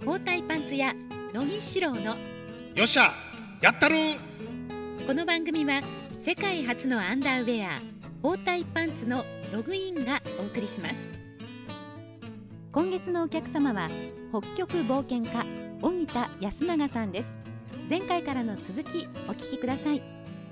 包帯パンツ屋乃木志郎のよっしゃやったる。 この番組は世界初のアンダーウェア包帯パンツのログインがお送りします。今月のお客様は北極冒険家荻田康永さんです。前回からの続きお聞きください。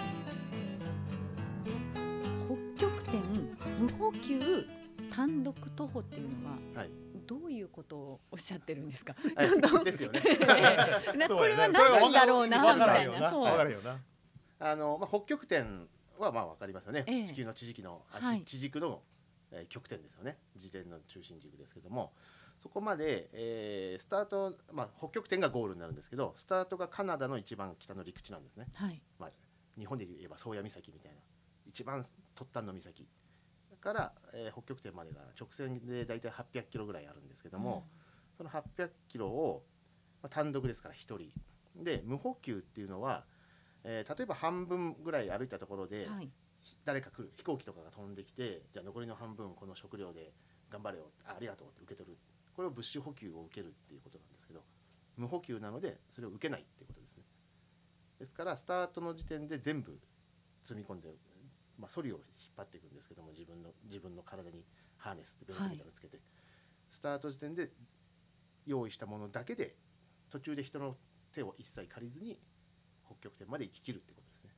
北極点無補給単独徒歩っていうのは、どういうことをおっしゃってるんですか？ ですよね。 これは何だろうなみたいな。 わかるよな。北極点はまあわかりますよね。地球の地軸の地軸の極点ですよね。自転の中心軸ですけども、そこまでスタート北極点がゴールになるんですけど、スタートがカナダの一番北の陸地なんですね。日本で言えば宗谷岬みたいな一番突端の岬から北極点までが直線でだいたい800キロぐらいあるんですけども、その800キロを単独ですから1人で、無補給っていうのは例えば半分ぐらい歩いたところで、誰か来る飛行機とかが飛んできて、じゃあ残りの半分この食料で頑張れよ、ありがとうって受け取る、これを物資補給を受けるっていうことなんですけど、無補給なのでそれを受けないっていうことですね。ですからスタートの時点で全部積み込んで、ソリを引っ張っていくんですけども、自分の体にハーネスってベルトみたいなのをつけて、スタート時点で用意したものだけで、途中で人の手を一切借りずに北極点まで行き切るってことですね。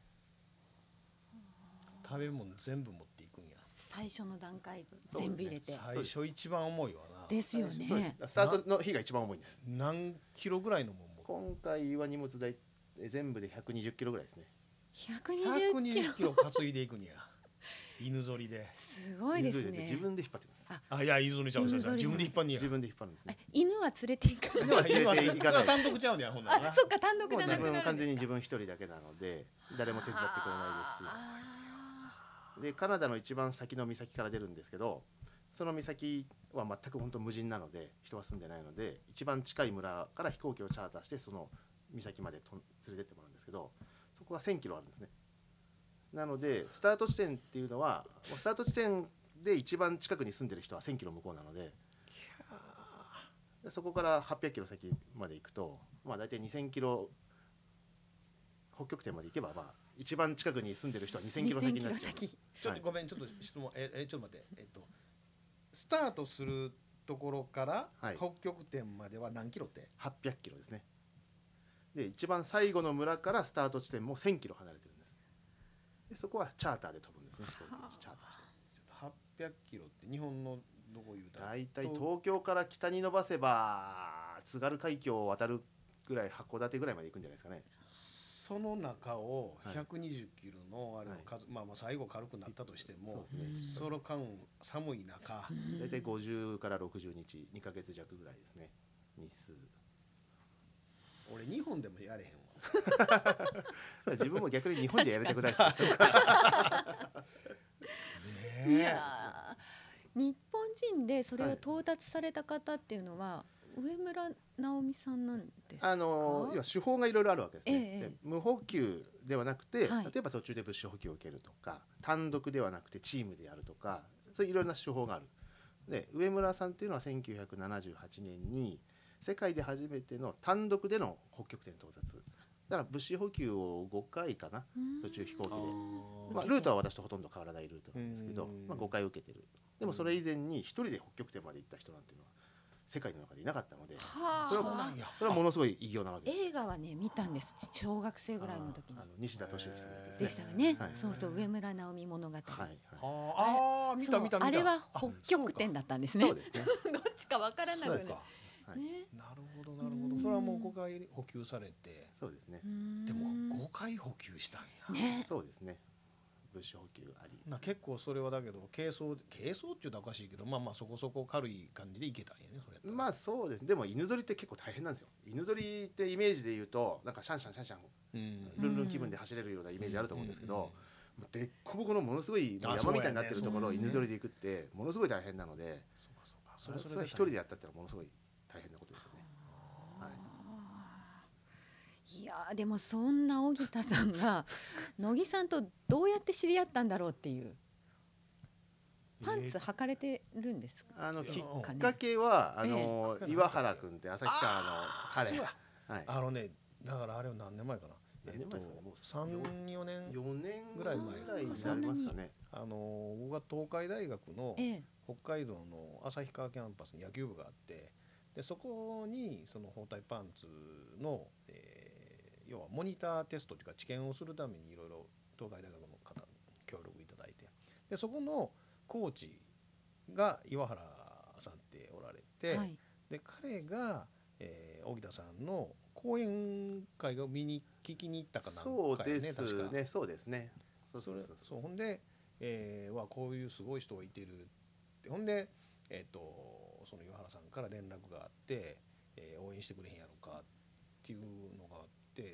食べ物全部持っていくんや。 最初の段階全部入れて、 最初一番重いわな。 ですよね。 そうです。スタートの日が一番重いんです。 何キロぐらいのもんも。 今回は荷物全部で120キロぐらいですね。 120 キロ担いでいくんや。犬ぞりで。 すごいですね。 自分で引っ張ってます。 いや、犬ぞりちゃう。自分で引っ張んねや。 自分で引っ張るんですね。 犬は連れて行かない。 犬は連れて行かない。 単独ちゃうんだよ、ほんならな。 そっか、単独じゃなくなる。 完全に自分一人だけなので、誰も手伝ってくれないですし。で、カナダの一番先の岬から出るんですけど、その岬は全く本当無人なので、人は住んでないので、一番近い村から飛行機をチャーターしてその岬まで連れてってもらうんですけど、そこは1000キロあるんですね。なのでスタート地点っていうのは、スタート地点で一番近くに住んでる人は1000キロ向こうなので、そこから800キロ先まで行くと、だいたい2000キロ北極点まで行けば、一番近くに住んでる人は2000キロ先になっちゃう。 ちょっとごめん、ちょっと質問、ちょっと待って、スタートするところから北極点までは何キロって？ 800キロですね。で、一番最後の村からスタート地点も1000キロ離れてるんです。で、そこはチャーターで飛ぶんですね。飛行機チャーターして。 800キロって日本のどこいうだいたい東京から北に伸ばせば津軽海峡を渡るぐらい、函館ぐらいまで行くんじゃないですかね。 その中を120キロのあれの数、最後軽くなったとしても、その間寒い中、 だいたい50から60日、2ヶ月弱ぐらいですね、日数。 俺日本でもやれへんわ。 自分も逆に日本でやめてください。 いや、日本人でそれを到達された方っていうのは上村直美さんなんですか？ 要は手法がいろいろあるわけですね。無補給ではなくて、例えば途中で物資補給を受けるとか、単独ではなくてチームでやるとか、そういういろんな手法がある。で、上村さんっていうのは1978年に世界で初めての単独での北極点到達。だから物資補給を5回かな、途中飛行機で、ルートは私とほとんど変わらないルートなんですけど、5回受けてる。でもそれ以前に一人で北極点まで行った人なんていうのは世界の中でいなかったので、それはものすごい偉業なわけです。 映画はね見たんです。小学生ぐらいの時に西田敏行さんのやつでしたね。そうそう、上村直美物語。 見た。 あれは北極点だったんですね。 そうですね。 どっちかわからなくなる。 なるほど。それはもう5回補給されて。 そうですね。 でも5回補給したんや。 そうですね。物資補給あり。 結構それはだけど軽装って言うとおかしいけど、そこそこ軽い感じでいけたんやね。それそうですね。でも犬ぞりって結構大変なんですよ。犬ぞりってイメージで言うとなんかシャンシャンルンルン気分で走れるようなイメージあると思うんですけど、でっこぼこのものすごい山みたいになってるところを犬ぞりで行くってものすごい大変なので、それは一人でやったってのはものすごい大変なことですよね。 いやでもそんな荻田さんが乃木さんとどうやって知り合ったんだろうっていう。 パンツ履かれてるんですか？ きっかけは岩原君って旭川の彼、 はい、だからあれは何年前かな、3、4年ぐらい前になりますかね。 僕は東海大学の北海道の旭川キャンパスに野球部があって、でそこにその包帯パンツの、要はモニターテストというか治験をするためにいろいろ東海大学の方に協力いただいて、でそこのコーチが岩原さんっておられて、はい、で彼が、荻田さんの講演会を聞きに行ったかなんかやね、確かね。 そうですね。 そうほんで、こういうすごい人がいてるって、ほんで、その岩原さんから連絡があって、応援してくれへんやろかっていうのがあって、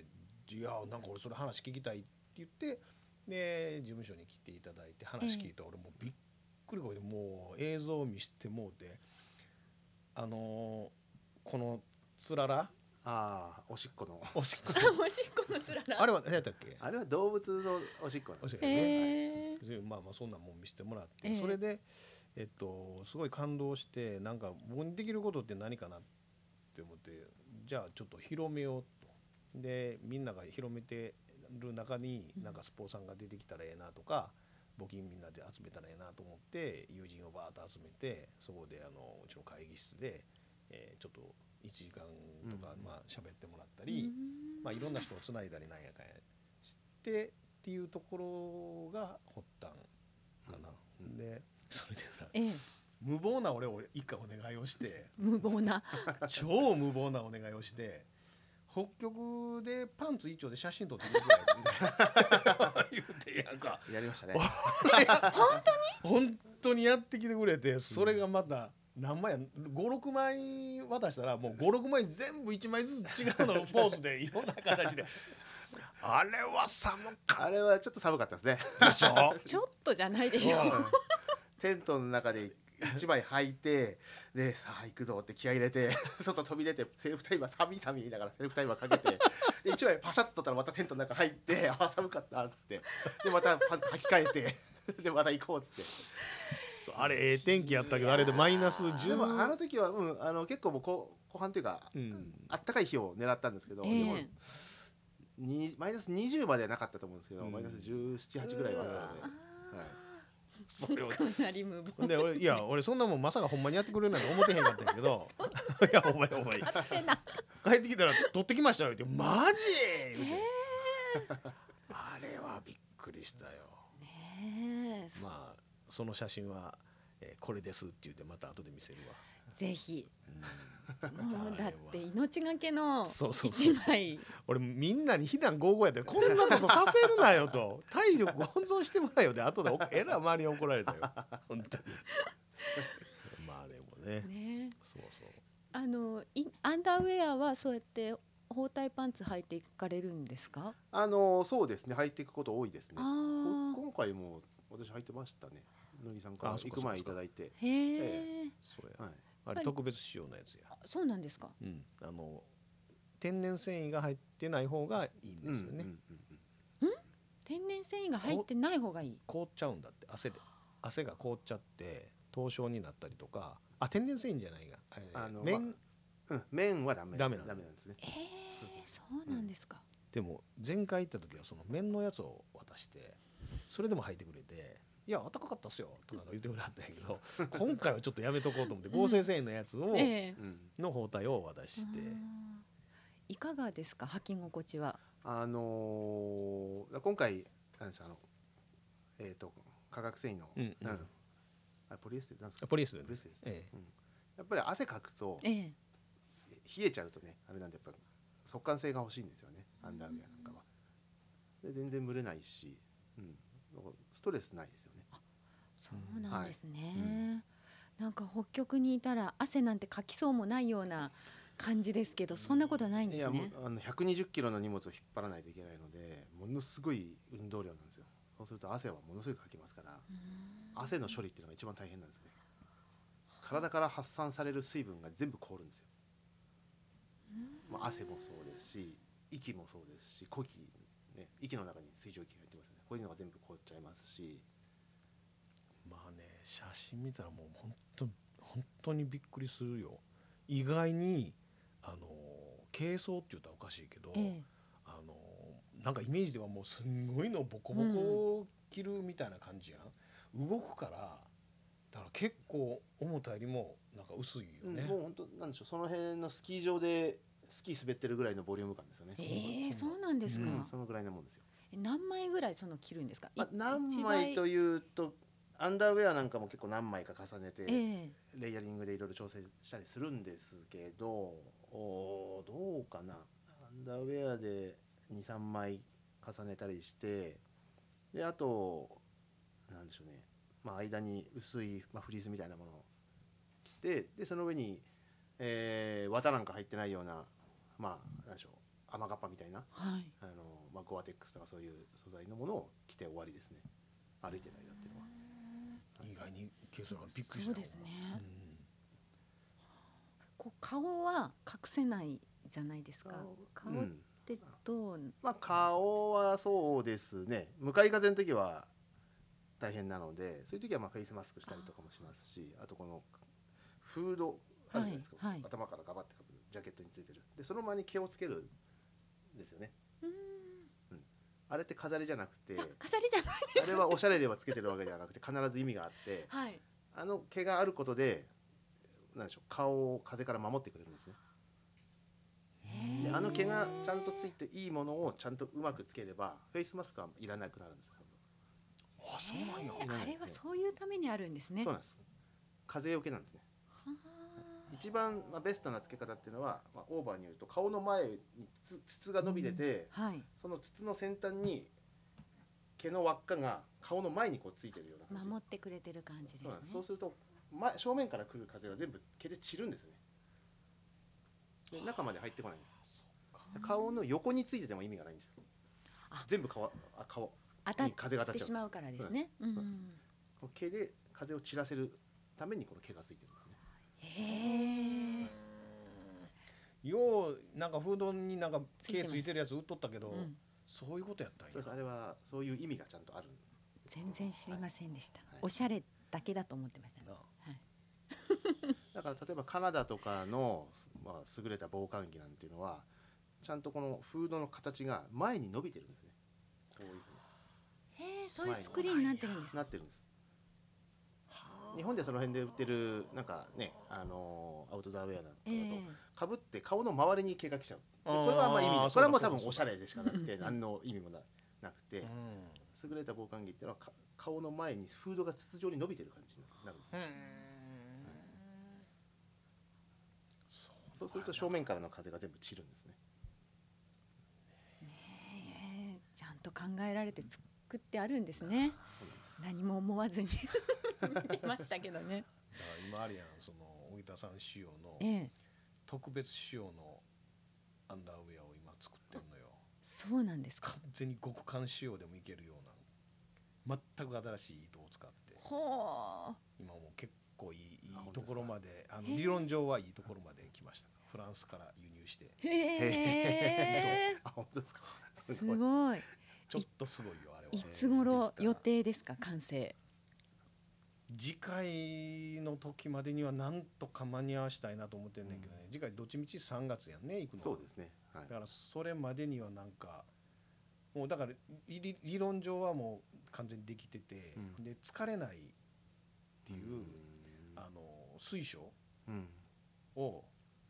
いやなんか俺それ話聞きたいって言って、で事務所に来ていただいて話聞いた、俺もうびっくりこいで、もう映像を見せてもうて、このつらら、 おしっこのおしっこのつらら、 あれは何やったっけ？ あれは動物のおしっこなんですね。まあそんなもん見せてもらって、それで、すごい感動して、なんか僕にできることって何かなって思って、じゃあちょっと広めようと。でみんなが広めてる中になんかスポーツさんが出てきたらええなとか、募金みんなで集めたらええなと思って友人をバーッと集めて、そこでうちの会議室で、ちょっと1時間とか喋ってもらったり、いろんな人をつないだりなんやかんやしてっていうところが発端かな。でそれでさ、無謀な俺一回お願いをして、超無謀なお願いをして、北極でパンツ一丁で写真撮ってくれるぐらい言うてやんか。 やりましたね。 本当にやってきてくれて、それがまた何枚や、5、6枚渡したら、もう5、6枚全部1枚ずつ違うのポーズでいろんな形であれはあれはちょっと寒かったですね。 でしょちょっとじゃないでしょ。 テントの中で1枚履いて、でさあ行くぞって気合い入れて外飛び出て、セルフタイマー寒い言いながらセルフタイマーかけて、で1枚パシャッと取ったらまたテントの中入って、寒かったって、でまたパンツ履き替えてでまた行こうっつって。 あれ天気やったけど、あれでマイナス10。 でもあの時は、結構もう後半というか、あったかい日を狙ったんですけど、でもマイナス20まではなかったと思うんですけど、マイナス17、8ぐらいはあったので、 それをかなり無謀で、俺そんなもんまさかほんまにやってくれるなんて思ってへんかったんやけどいやお前帰ってきたら取ってきましたよって、マジ言うて、あれはびっくりしたよ。その写真は、これですって言ってまた後で見せるわ。 ぜひ。もうだって命がけの一枚。 俺みんなに非難合々やで、こんなことさせるなよと、体力温存してもらえよで後でえらい周りに怒られたよ本当に。まあでもね。そうそう。 アンダーウェアはそうやって包帯パンツ履いていかれるんですか？ そうですね、履いていくこと多いですね。今回も私履いてましたね。乃木さんから行く前いただいて。 そうや。あれ特別仕様のやつや。 そうなんですか。 天然繊維が入ってない方がいいんですよね。 天然繊維が入ってない方がいい。 凍っちゃうんだって、汗が凍っちゃって凍傷になったりとか。天然繊維じゃないが、 綿はダメなんですね。 そうなんですか。 でも前回行った時はその綿のやつを渡して、それでも履いてくれて、いや暖かかったっすよとか言ってくれはったんやけど今回はちょっとやめとこうと思って合成繊維のやつを、の包帯を渡して。 いかがですか、履き心地は？ 今回なんです化学繊維の、ポリエステルなんですか？ ポリエステルです。 やっぱり汗かくと、冷えちゃうとね、あれなんでやっぱ速乾性が欲しいんですよね、アンダーウェアなんかは。で全然蒸れないし、ストレスないですよね。 そうなんですね。なんか北極にいたら汗なんてかきそうもないような感じですけど、そんなことはないんですね。 120キロの荷物を引っ張らないといけないので、ものすごい運動量なんですよ。そうすると汗はものすごくかきますから、汗の処理っていうのが一番大変なんですね。体から発散される水分が全部凍るんですよ。汗もそうですし、息もそうですし、呼気、息の中に水蒸気が入ってますね。こういうのが全部凍っちゃいますし。 まあね、 写真見たらもう本当にびっくりするよ。意外に軽装って言ったらおかしいけど、なんかイメージではもうすんごいのボコボコ着るみたいな感じやん、動くからだから結構思ったよりもなんか薄いよね、 もう本当なんでしょう、その辺のスキー場でスキー滑ってるぐらいのボリューム感ですよね。 そうなんですか、 そのぐらいのもんですよ。 何枚ぐらい着るんですか？ 何枚というとアンダーウェアなんかも結構何枚か重ねて、レイヤリングでいろいろ調整したりするんですけど、どうかな、アンダーウェアで 2,3 枚重ねたりして、であとなんでしょうね、間に薄い、フリースみたいなものを着て、でその上に、綿なんか入ってないようななんでしょう、雨がっぱみたいな、ゴアテックスとかそういう素材のものを着て終わりですね、歩いてる間っていうのは。 意外に軽装だからびっくりした。 そうですね、こう顔は隠せないじゃないですか。顔ってどう、 顔はそうですね、向かい風の時は大変なので、そういう時はフェイスマスクしたりとかもしますし、あとこのフードあるじゃないですか、頭からガバッてかぶるジャケットについてるで、その前に毛をつけるんですよね。あれって飾りじゃなくて、 飾りじゃないあれはおしゃれではつけてるわけではなくて必ず意味があって、あの毛があることでなんでしょう、顔を風から守ってくれるんですね。であの毛がちゃんとついていいものをちゃんとうまくつければフェイスマスクはいらなくなるんですよ。 そうなんや。 あれはそういうためにあるんですね。 そうなんです。風よけなんですね。一番ベストなつけ方っていうのは、オーバーに言うと顔の前に筒が伸びてて、その筒の先端に毛の輪っかが顔の前にこうついてるような感じ、 守ってくれてる感じですね。 そうすると正面から来る風が全部毛で散るんですよね。で中まで入ってこないんです。顔の横についてても意味がないんですよ。全部顔に風が当たってしまうからですね。毛で風を散らせるためにこの毛がついてるんですね。 ようなんかフードになんか毛ついてるやつ売っとったけど、そういうことやったんや。 そうです。あれはそういう意味がちゃんとある。 全然知りませんでした。おしゃれだけだと思ってましたね。 だから例えばカナダとかの、優れた防寒着なんていうのはちゃんとこのフードの形が前に伸びてるんですね。こういうふうに。 そういう作りになってるんです。 なってるんです。日本でその辺で売ってるなんかね、アウトドアウェアなんかだとかぶって顔の周りに毛が来ちゃう。これは意味ない。これはもう多分おしゃれでしかなくて何の意味もなくて、優れた防寒着っていうのは顔の前にフードが筒状に伸びてる感じになるんですね。そうすると正面からの風が全部散るんですね。 ちゃんと考えられて作ってあるんですね。 そうなんです。 何も思わずに見てましたけどね。 だから今あるやん、その荻田さん仕様の、特別仕様のアンダーウェアを今作ってるのよ。 そうなんですか。 完全に極寒仕様でもいけるような全く新しい糸を使って、今もう結構いいところまで、理論上はいいところまで来ました。フランスから輸入して。 本当ですか。 すごい。 ちょっとすごいよあれは。 いつ頃予定ですか、完成？ 次回の時までにはなんとか間に合わしたいなと思ってんねんけどね。次回どっちみち3月やんね、行くの。 そうですね。 だからそれまでにはなんかもうだから理論上はもう完全にできてて、で疲れないっていう水晶を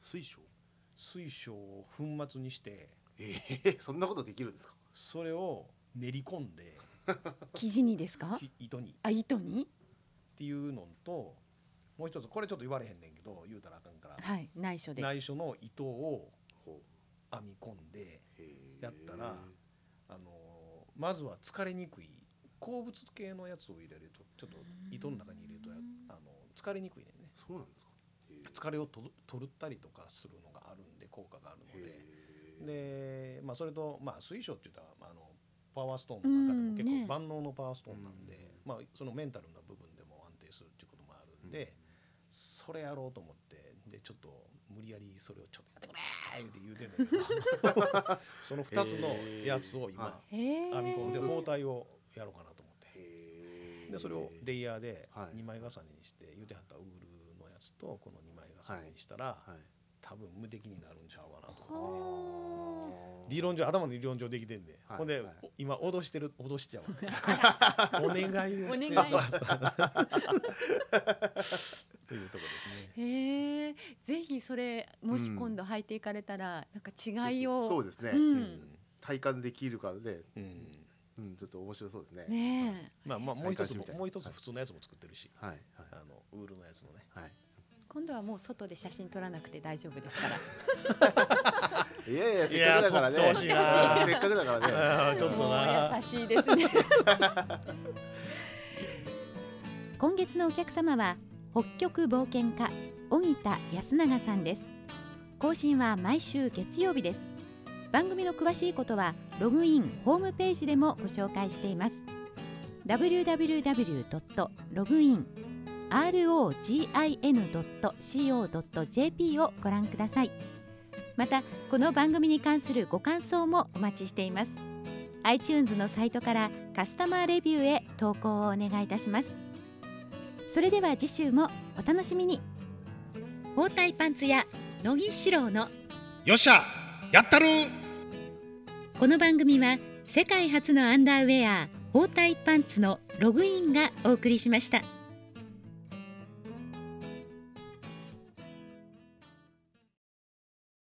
粉末にして、 そんなことできるんですか？ それを練り込んで生地にですか？糸にっていうのと、もう一つこれちょっと言われへんねんけど言うたらあかんから、 内緒の糸を編み込んでやったら、まずは疲れにくい鉱物系のやつを入れると、ちょっと糸の中に入れると疲れにくいねんね。 そうなんですか。 疲れを取ったりとかするのがあるんで、効果があるので、それと水晶って言ったらパワーストーンの中でも結構万能のパワーストーンなんで、そのメンタルな部分でも安定するっていうこともあるんで、それやろうと思って、でちょっと無理やりそれをちょっとやってくれーって言うてんだけどその2つのやつを今編み込んで包帯をやろうかなと思って。 でそれをレイヤーではい 2枚重ねにして言うてはったウールのやつとこの2枚重ねにしたら、 はい多分無敵になるんちゃうかなとは理論上頭の理論上できてんで、 はいほんで、 はい今脅しちゃうお願いをしてお願いというところですね。 へえ、ぜひそれもし今度履いていかれたら、なんか違いをそうですね、体感できるからで、ちょっと面白そうですね。 ねえ、 まあもう一つ体感してみたいもう一つ普通のやつも作ってるし、 はいはいウールのやつのね。 はい今度はもう外で写真撮らなくて大丈夫ですからいやいや、せっかくだからね。 撮ってほしいなせっかくだからね。 ちょっともうな優しいですね今月のお客様は北極冒険家荻田康永さんです。更新は毎週月曜日です。番組の詳しいことはログインホームページでもご紹介しています。 www.login.co.jp をご覧ください。またこの番組に関するご感想もお待ちしています。 iTunes のサイトからカスタマーレビューへ投稿をお願いいたします。それでは次週もお楽しみに。包帯パンツ屋乃木志郎のよっしゃやったる。 この番組は世界初のアンダーウェア包帯パンツのログインがお送りしました。